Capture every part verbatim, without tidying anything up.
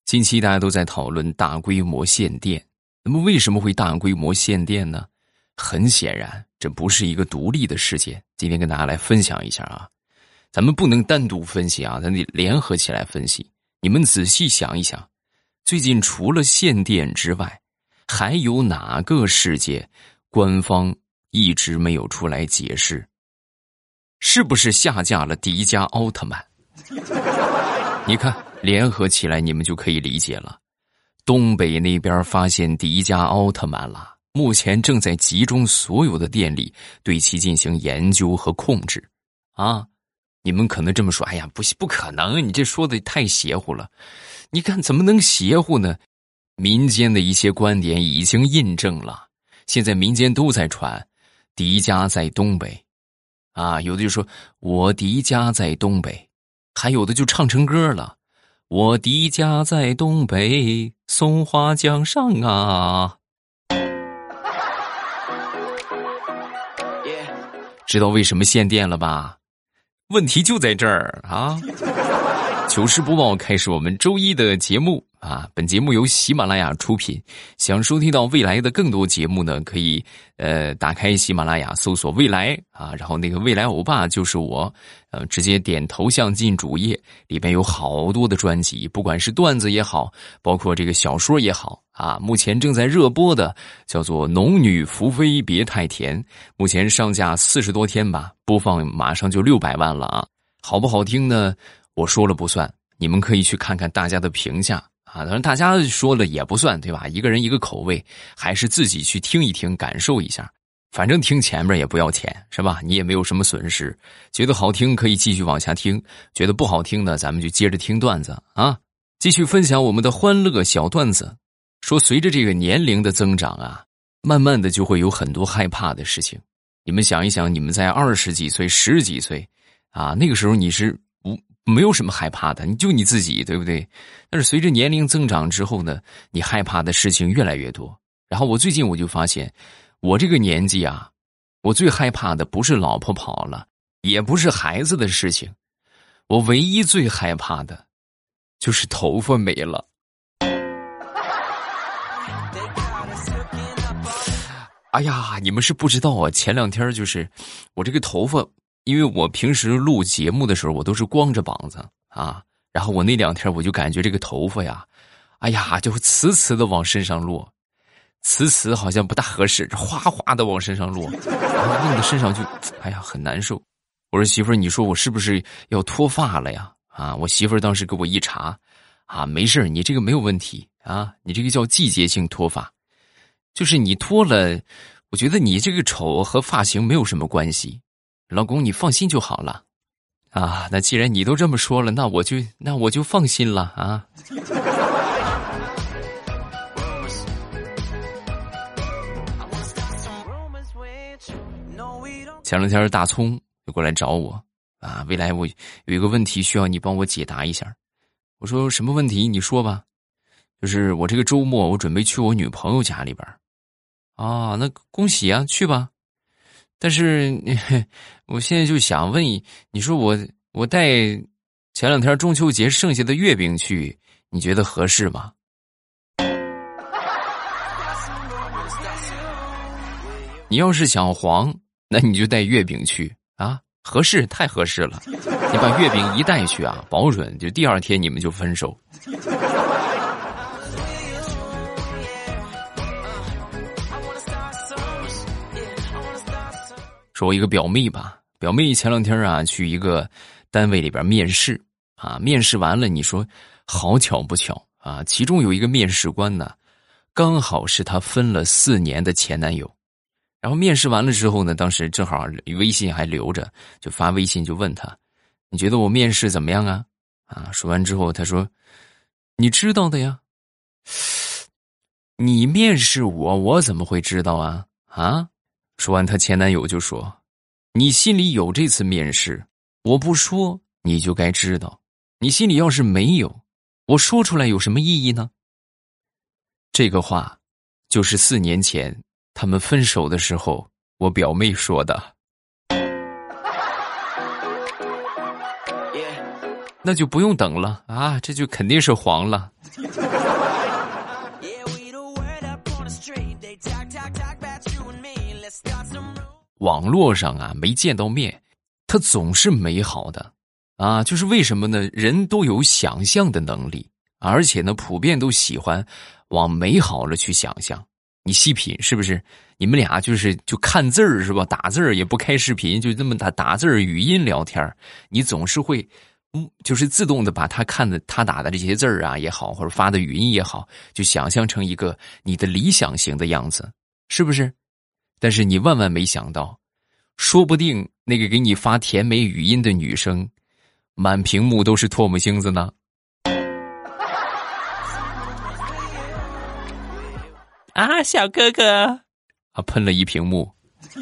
近期大家都在讨论大规模限电，那么为什么会大规模限电呢？很显然，这不是一个独立的事件。今天跟大家来分享一下啊，咱们不能单独分析啊，咱得联合起来分析。你们仔细想一想，最近除了限电之外，还有哪个事件官方一直没有出来解释？是不是下架了迪迦奥特曼？你看，联合起来你们就可以理解了。东北那边发现迪迦奥特曼了，目前正在集中所有的电力对其进行研究和控制。啊，你们可能这么说，哎呀，不不可能，你这说的太邪乎了。你看怎么能邪乎呢？民间的一些观点已经印证了，现在民间都在传迪迦在东北。啊，有的就说我迪迦在东北，还有的就唱成歌了，我迪迦在东北，松花江上啊。知道为什么限电了吧？问题就在这儿啊！糗事播报开始我们周一的节目啊！本节目由喜马拉雅出品。想收听到未来的更多节目呢，可以呃打开喜马拉雅搜索未来啊，然后那个未来欧巴就是我，呃直接点头像进主页，里边有好多的专辑，不管是段子也好，包括这个小说也好啊，目前正在热播的叫做《农女福妃别太甜》，目前上架四十多天吧，播放马上就六百万了啊！好不好听呢？我说了不算，你们可以去看看大家的评价啊，当然大家说了也不算，对吧？一个人一个口味，还是自己去听一听，感受一下。反正听前面也不要钱，是吧？你也没有什么损失。觉得好听可以继续往下听，觉得不好听的咱们就接着听段子啊。继续分享我们的欢乐小段子，说随着这个年龄的增长啊，慢慢的就会有很多害怕的事情。你们想一想，你们在二十几岁、十几岁啊，那个时候你是不没有什么害怕的，你就你自己，对不对？但是随着年龄增长之后呢，你害怕的事情越来越多。然后我最近我就发现，我这个年纪啊，我最害怕的不是老婆跑了，也不是孩子的事情，我唯一最害怕的就是头发没了。哎呀，你们是不知道啊，前两天就是我这个头发，因为我平时录节目的时候我都是光着膀子啊，然后我那两天我就感觉这个头发呀，哎呀，就呲呲的往身上落，呲呲好像不大合适，哗哗的往身上落，然后弄得身上就哎呀很难受。我说媳妇儿，你说我是不是要脱发了呀？啊，我媳妇儿当时给我一查，啊，没事，你这个没有问题啊，你这个叫季节性脱发。就是你脱了，我觉得你这个丑和发型没有什么关系，老公你放心就好了啊。那既然你都这么说了，那我就那我就放心了啊。前两天大葱就过来找我啊，未来我有一个问题需要你帮我解答一下。我说什么问题？你说吧。就是我这个周末我准备去我女朋友家里边。啊，那恭喜啊，去吧。但是我现在就想问你，你说我我带前两天中秋节剩下的月饼去，你觉得合适吗？你要是想黄，那你就带月饼去啊，合适，太合适了。你把月饼一带去啊，保准就第二天你们就分手。说我一个表妹吧，表妹前两天啊去一个单位里边面试啊，面试完了，你说好巧不巧啊，其中有一个面试官呢，刚好是她分了四年的前男友。然后面试完了之后呢，当时正好微信还留着，就发微信就问他，你觉得我面试怎么样啊？啊，说完之后他说，你知道的呀。你面试我，我怎么会知道啊？啊？说完她前男友就说，你心里有这次面试，我不说你就该知道，你心里要是没有，我说出来有什么意义呢？这个话就是四年前他们分手的时候我表妹说的。 那就不用等了啊，这就肯定是黄了。网络上啊，没见到面，它总是美好的啊，就是为什么呢？人都有想象的能力，而且呢，普遍都喜欢往美好了去想象。你细品是不是？你们俩就是就看字儿是吧？打字儿也不开视频，就这么打打字儿语音聊天，你总是会，嗯，就是自动的把他看的他打的这些字儿啊也好，或者发的语音也好，就想象成一个你的理想型的样子，是不是？但是你万万没想到，说不定那个给你发甜美语音的女生，满屏幕都是唾沫星子呢。啊，小哥哥，啊，喷了一屏幕。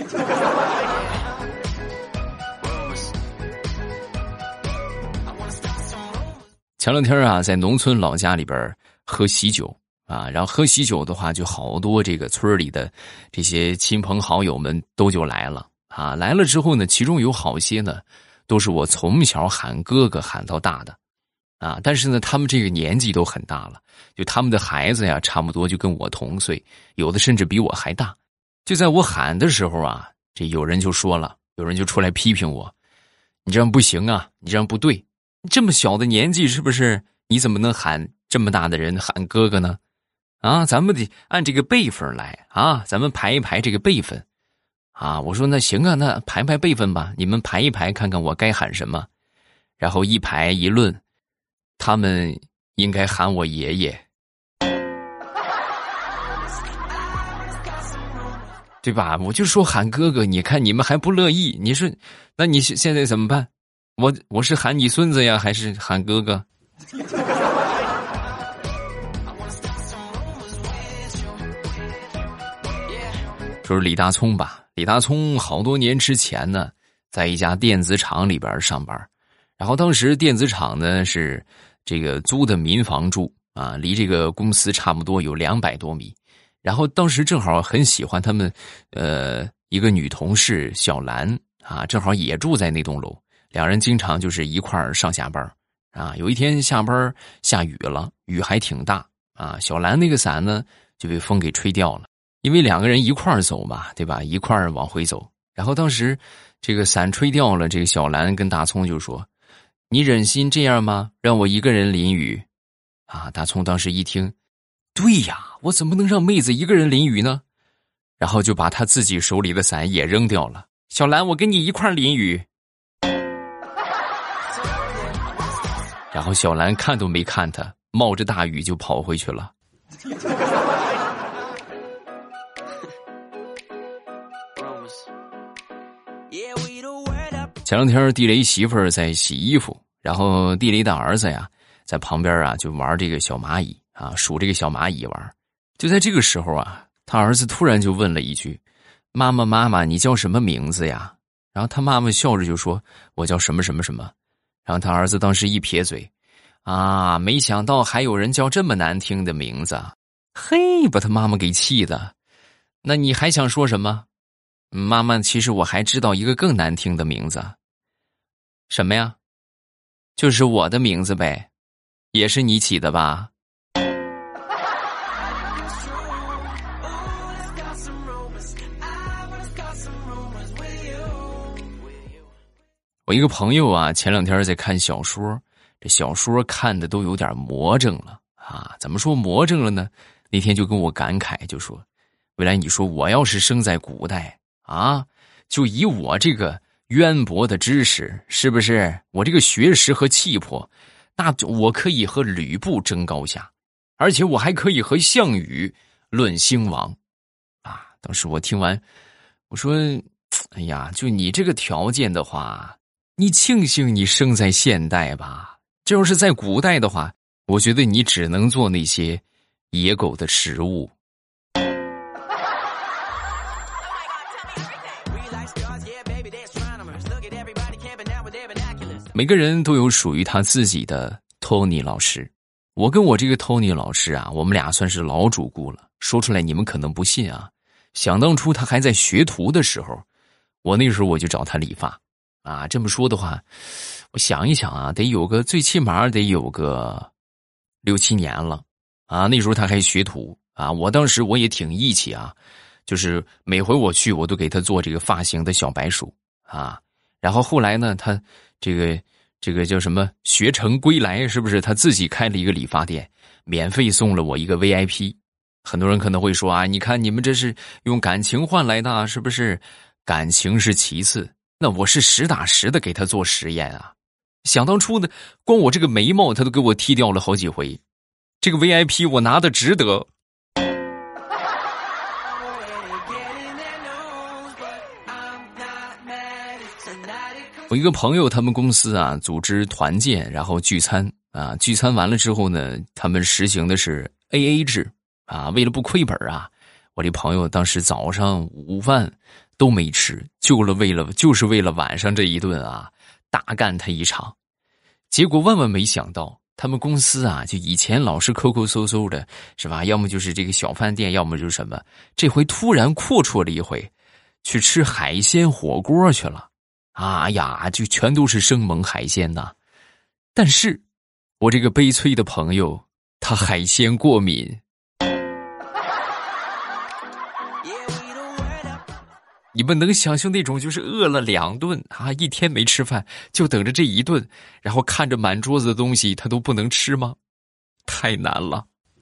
前两天啊，在农村老家里边喝喜酒啊，然后喝喜酒的话，就好多这个村里的这些亲朋好友们都就来了啊。来了之后呢，其中有好些呢，都是我从小喊哥哥喊到大的啊，但是呢，他们这个年纪都很大了，就他们的孩子呀，差不多就跟我同岁，有的甚至比我还大。就在我喊的时候啊，这有人就说了，有人就出来批评我，你这样不行啊，你这样不对，这么小的年纪是不是？你怎么能喊这么大的人喊哥哥呢？啊，咱们得按这个辈分来啊，咱们排一排这个辈分啊。我说那行啊，那排排辈分吧，你们排一排看看我该喊什么。然后一排一论，他们应该喊我爷爷，对吧？我就说喊哥哥，你看你们还不乐意，你说那你现在怎么办？我我是喊你孙子呀，还是喊哥哥？就是李大聪吧，李大聪好多年之前呢，在一家电子厂里边上班，然后当时电子厂呢是这个租的民房住啊，离这个公司差不多有两百多米。然后当时正好很喜欢他们，呃，一个女同事小兰啊，正好也住在那栋楼，两人经常就是一块儿上下班啊。有一天下班下雨了，雨还挺大啊，小兰那个伞呢就被风给吹掉了，因为两个人一块儿走嘛，对吧？一块儿往回走。然后当时这个伞吹掉了，这个小兰跟大葱就说：“你忍心这样吗？让我一个人淋雨？”啊，大葱当时一听，对呀，我怎么能让妹子一个人淋雨呢？然后就把他自己手里的伞也扔掉了。小兰，我跟你一块淋雨。然后小兰看都没看他，冒着大雨就跑回去了。前两天地雷媳妇儿在洗衣服，然后地雷的儿子呀在旁边啊就玩这个小蚂蚁啊，数这个小蚂蚁玩。就在这个时候啊，他儿子突然就问了一句：“妈妈妈妈，你叫什么名字呀？”然后他妈妈笑着就说：“我叫什么什么什么。”然后他儿子当时一撇嘴：“啊，没想到还有人叫这么难听的名字。”嘿，把他妈妈给气的。那你还想说什么？妈妈，其实我还知道一个更难听的名字。什么呀？就是我的名字呗，也是你起的吧？我一个朋友啊，前两天在看小说，这小说看的都有点魔怔了啊！怎么说魔怔了呢？那天就跟我感慨，就说：“未来你说我要是生在古代啊，就以我这个渊博的知识，是不是？我这个学识和气魄，那我可以和吕布争高下，而且我还可以和项羽论兴亡啊！”当时我听完，我说：“哎呀，就你这个条件的话，你庆幸你生在现代吧。这要是在古代的话，我觉得你只能做那些野狗的食物。”每个人都有属于他自己的托尼老师，我跟我这个托尼老师啊，我们俩算是老主顾了。说出来你们可能不信啊，想当初他还在学徒的时候，我那时候我就找他理发啊，这么说的话，我想一想啊，得有个最起码得有个六七年了啊。那时候他还学徒啊，我当时我也挺义气啊，就是每回我去，我都给他做这个发型的小白鼠啊。然后后来呢，他这个这个叫什么学成归来，是不是？他自己开了一个理发店，免费送了我一个 V I P。很多人可能会说啊，你看你们这是用感情换来的，是不是？感情是其次，那我是实打实的给他做实验啊。想当初呢，光我这个眉毛他都给我剃掉了好几回，这个 V I P 我拿的值得。我一个朋友他们公司啊组织团建，然后聚餐啊，聚餐完了之后呢，他们实行的是 A A 制啊，为了不亏本啊，我这朋友当时早上午饭都没吃，就了为了就是为了晚上这一顿啊，大干他一场。结果万万没想到，他们公司啊，就以前老是抠抠搜搜的，是吧？要么就是这个小饭店，要么就是什么，这回突然阔绰了一回，去吃海鲜火锅去了。啊呀，就全都是生猛海鲜呐！但是，我这个悲催的朋友，他海鲜过敏。你们能想象那种就是饿了两顿啊，一天没吃饭，就等着这一顿，然后看着满桌子的东西他都不能吃吗？太难了。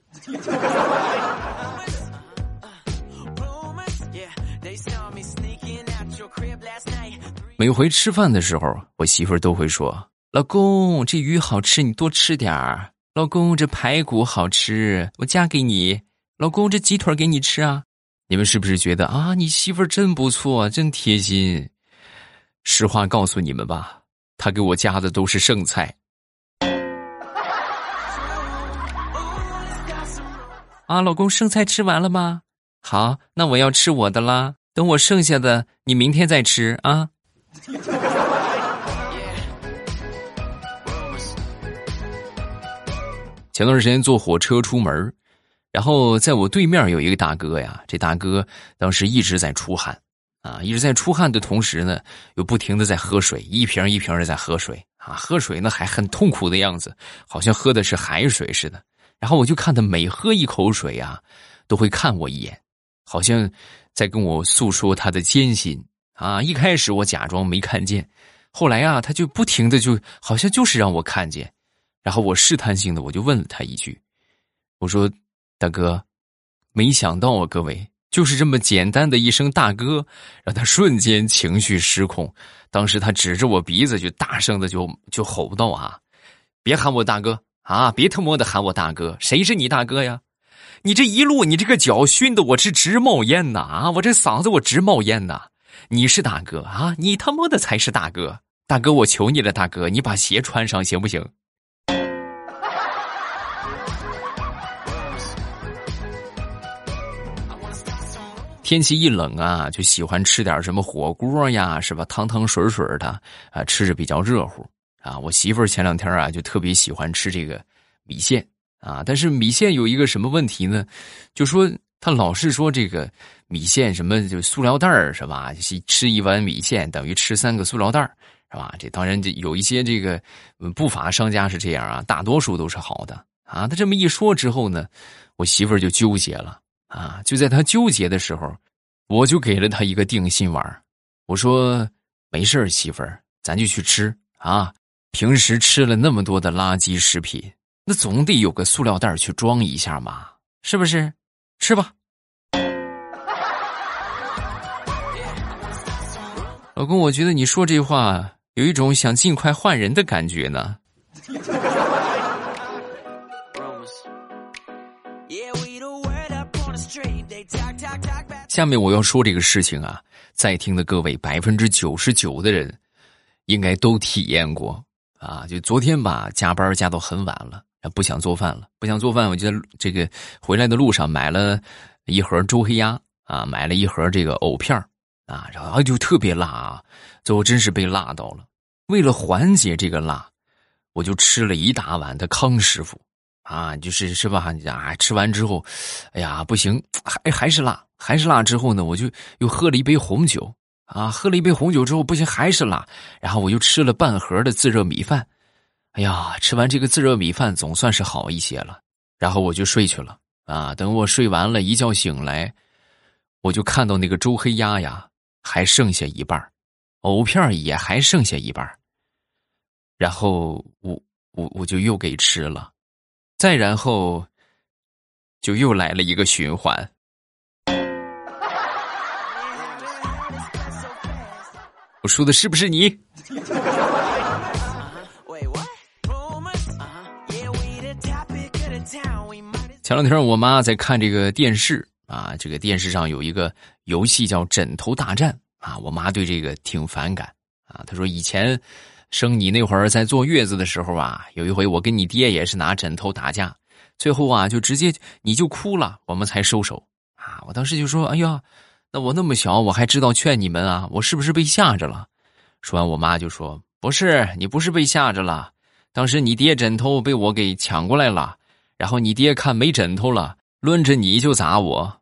每回吃饭的时候，我媳妇儿都会说：“老公，这鱼好吃，你多吃点儿。老公，这排骨好吃，我夹给你。老公，这鸡腿给你吃啊。”你们是不是觉得啊，你媳妇儿真不错，真贴心？实话告诉你们吧，她给我夹的都是剩菜。啊，老公，剩菜吃完了吗？好，那我要吃我的啦。等我剩下的，你明天再吃啊。前段时间坐火车出门，然后在我对面有一个大哥呀，这大哥当时一直在出汗啊，一直在出汗的同时呢，又不停的在喝水，一瓶一瓶的在喝水啊，喝水呢还很痛苦的样子，好像喝的是海水似的。然后我就看他每喝一口水啊，都会看我一眼，好像在跟我诉说他的艰辛啊。一开始我假装没看见，后来啊，他就不停的就好像就是让我看见。然后我试探性的我就问了他一句，我说：“大哥，没想到啊，各位，就是这么简单的一声大哥，让他瞬间情绪失控。当时他指着我鼻子就大声的就就吼道啊，别喊我大哥啊，别他妈的喊我大哥，谁是你大哥呀？你这一路你这个脚熏的我是直冒烟呐啊，我这嗓子我直冒烟呐。你是大哥啊，你他妈的才是大哥，大哥我求你了，大哥，你把鞋穿上行不行？”天气一冷啊，就喜欢吃点什么火锅呀，是吧？汤汤水水的啊，吃着比较热乎啊。我媳妇儿前两天啊，就特别喜欢吃这个米线啊，但是米线有一个什么问题呢？就说她老是说这个米线什么就塑料袋儿是吧？吃一碗米线等于吃三个塑料袋儿是吧？这当然这有一些这个不法商家是这样啊，大多数都是好的啊。他这么一说之后呢，我媳妇儿就纠结了。啊，就在他纠结的时候，我就给了他一个定心丸。我说：“没事儿，媳妇儿，咱就去吃啊。平时吃了那么多的垃圾食品，那总得有个塑料袋去装一下嘛，是不是？吃吧。”老公，我觉得你说这话有一种想尽快换人的感觉呢。下面我要说这个事情啊，在听的各位百分之九十九的人应该都体验过啊。就昨天吧，加班加到很晚了，不想做饭了，不想做饭，我就在这个回来的路上买了一盒周黑鸭啊，买了一盒这个藕片啊，然后就特别辣啊，最后真是被辣到了。为了缓解这个辣，我就吃了一大碗的康师傅啊，就是是吧？啊，吃完之后，哎呀，不行，还还是辣。还是辣之后呢，我就又喝了一杯红酒啊，喝了一杯红酒之后不行还是辣，然后我又吃了半盒的自热米饭。哎呀，吃完这个自热米饭总算是好一些了，然后我就睡去了啊。等我睡完了，一觉醒来，我就看到那个周黑鸭呀还剩下一半，藕片也还剩下一半，然后我我我就又给吃了，再然后就又来了一个循环。我说的是不是你？前两天我妈在看这个电视啊，这个电视上有一个游戏叫枕头大战啊，我妈对这个挺反感啊。她说以前生你那会儿在坐月子的时候啊，有一回我跟你爹也是拿枕头打架，最后啊就直接你就哭了，我们才收手啊。我当时就说，哎呀，那我那么小我还知道劝你们啊，我是不是被吓着了？说完我妈就说，不是，你不是被吓着了，当时你爹枕头被我给抢过来了，然后你爹看没枕头了，抡着你就砸我。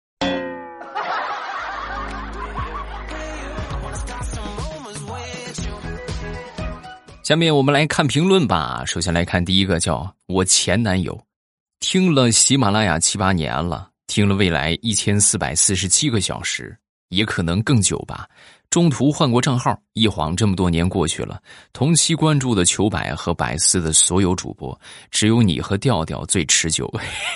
下面我们来看评论吧。首先来看第一个，叫我前男友，听了喜马拉雅七八年了，听了未来一千四百四十七个小时，也可能更久吧。中途换过账号，一晃这么多年过去了，同期关注的糗百和百思的所有主播，只有你和调调最持久。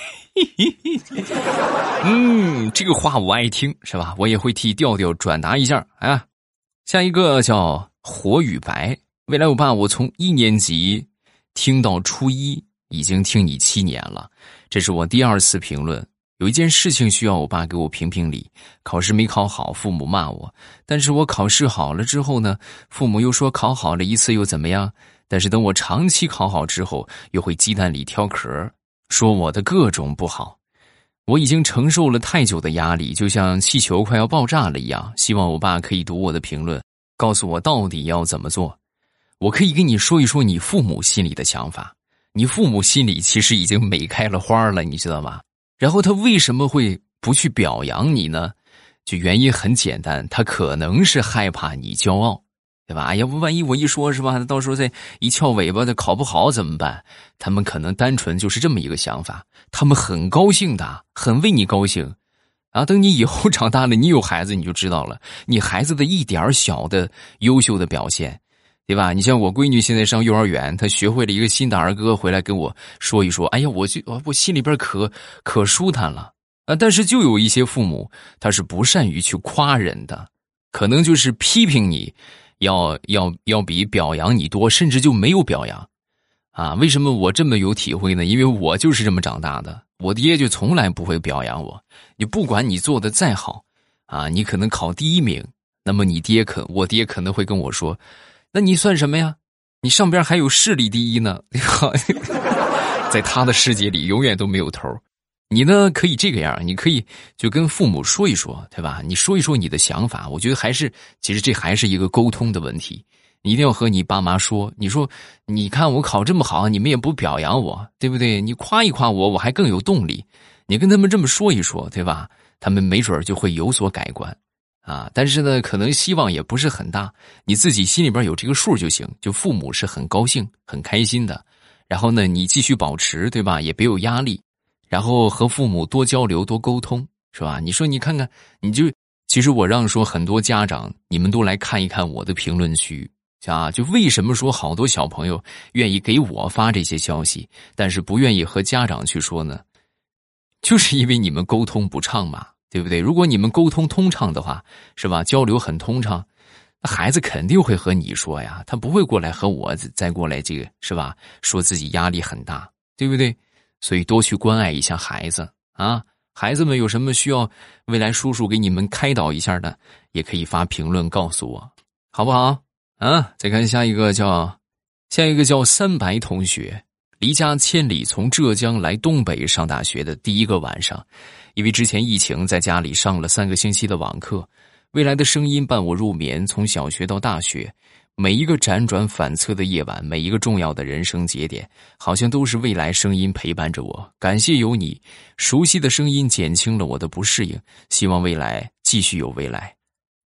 嗯，这个话我爱听，是吧？我也会替调调转达一下啊。下一个叫火与白，未来我爸我从一年级听到初一，已经听你七年了，这是我第二次评论。有一件事情需要我爸给我评评理，考试没考好，父母骂我，但是我考试好了之后呢，父母又说考好了一次又怎么样，但是等我长期考好之后，又会鸡蛋里挑壳，说我的各种不好。我已经承受了太久的压力，就像气球快要爆炸了一样，希望我爸可以读我的评论，告诉我到底要怎么做。我可以跟你说一说你父母心里的想法，你父母心里其实已经美开了花了，你知道吗？然后他为什么会不去表扬你呢？就原因很简单，他可能是害怕你骄傲，对吧？哎呀，万一我一说是吧，到时候再一翘尾巴的考不好怎么办？他们可能单纯就是这么一个想法，他们很高兴的，很为你高兴啊。等你以后长大了，你有孩子你就知道了，你孩子的一点小的优秀的表现，对吧？你像我闺女现在上幼儿园，她学会了一个新的儿歌，回来跟我说一说，哎呀，我就我心里边可可舒坦了啊。但是就有一些父母，他是不善于去夸人的，可能就是批评你，要要要比表扬你多，甚至就没有表扬啊。为什么我这么有体会呢？因为我就是这么长大的，我爹就从来不会表扬我。你不管你做的再好啊，你可能考第一名，那么你爹可我爹可能会跟我说，那你算什么呀？你上边还有视力第一呢，在他的世界里永远都没有头。你呢可以这个样，你可以就跟父母说一说，对吧？你说一说你的想法，我觉得还是其实这还是一个沟通的问题。你一定要和你爸妈说，你说你看我考这么好，你们也不表扬我，对不对？你夸一夸我，我还更有动力。你跟他们这么说一说，对吧？他们没准就会有所改观啊。但是呢，可能希望也不是很大，你自己心里边有这个数就行。就父母是很高兴、很开心的，然后呢，你继续保持，对吧？也别有压力。然后和父母多交流多沟通，是吧？你说你看看，你就其实我让说很多家长你们都来看一看我的评论区啊，就为什么说好多小朋友愿意给我发这些消息，但是不愿意和家长去说呢？就是因为你们沟通不畅嘛，对不对？如果你们沟通通畅的话，是吧？交流很通畅，那孩子肯定会和你说呀，他不会过来和我再过来这个，是吧？说自己压力很大，对不对？所以多去关爱一下孩子啊！孩子们有什么需要未来叔叔给你们开导一下的，也可以发评论告诉我，好不好？啊！再看下一个叫下一个叫三白同学，离家千里从浙江来东北上大学的第一个晚上，因为之前疫情在家里上了三个星期的网课，未来的声音伴我入眠，从小学到大学。每一个辗转反侧的夜晚，每一个重要的人生节点，好像都是未来声音陪伴着我。感谢有你，熟悉的声音减轻了我的不适应，希望未来继续有未来。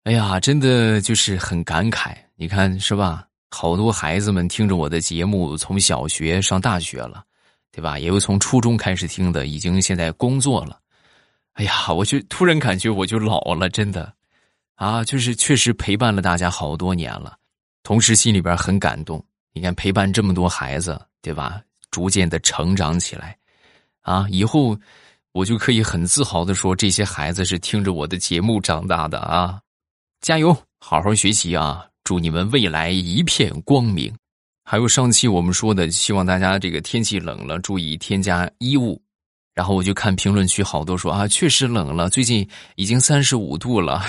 哎呀，真的就是很感慨，你看是吧？好多孩子们听着我的节目，从小学上大学了，对吧？也有从初中开始听的，已经现在工作了。哎呀，我就突然感觉我就老了，真的啊，就是确实陪伴了大家好多年了，同时心里边很感动。你看陪伴这么多孩子，对吧？逐渐的成长起来，啊，以后我就可以很自豪的说，这些孩子是听着我的节目长大的啊！加油，好好学习啊！祝你们未来一片光明。还有上期我们说的，希望大家这个天气冷了，注意添加衣物。然后我就看评论区好多说啊，确实冷了，最近已经三十五度了。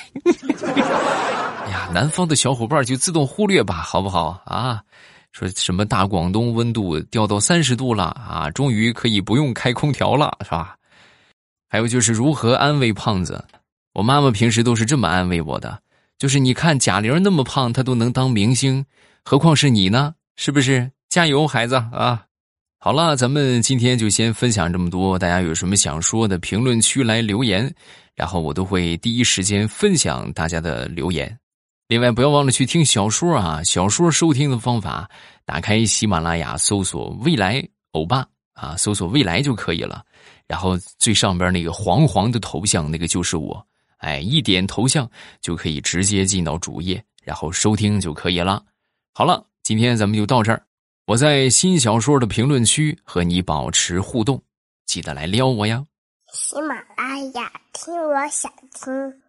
哎呀，南方的小伙伴就自动忽略吧，好不好啊？说什么大广东温度掉到三十度了啊，终于可以不用开空调了，是吧？还有就是如何安慰胖子，我妈妈平时都是这么安慰我的，就是你看贾玲那么胖，她都能当明星，何况是你呢？是不是？加油，孩子啊！好了，咱们今天就先分享这么多，大家有什么想说的，评论区来留言，然后我都会第一时间分享大家的留言。另外不要忘了去听小说啊，小说收听的方法，打开喜马拉雅搜索未来欧巴啊，搜索未来就可以了。然后最上边那个黄黄的头像，那个就是我，哎，一点头像就可以直接进到主页，然后收听就可以了。好了，今天咱们就到这儿，我在新小说的评论区和你保持互动，记得来撩我呀。 喜马拉雅，听我想听。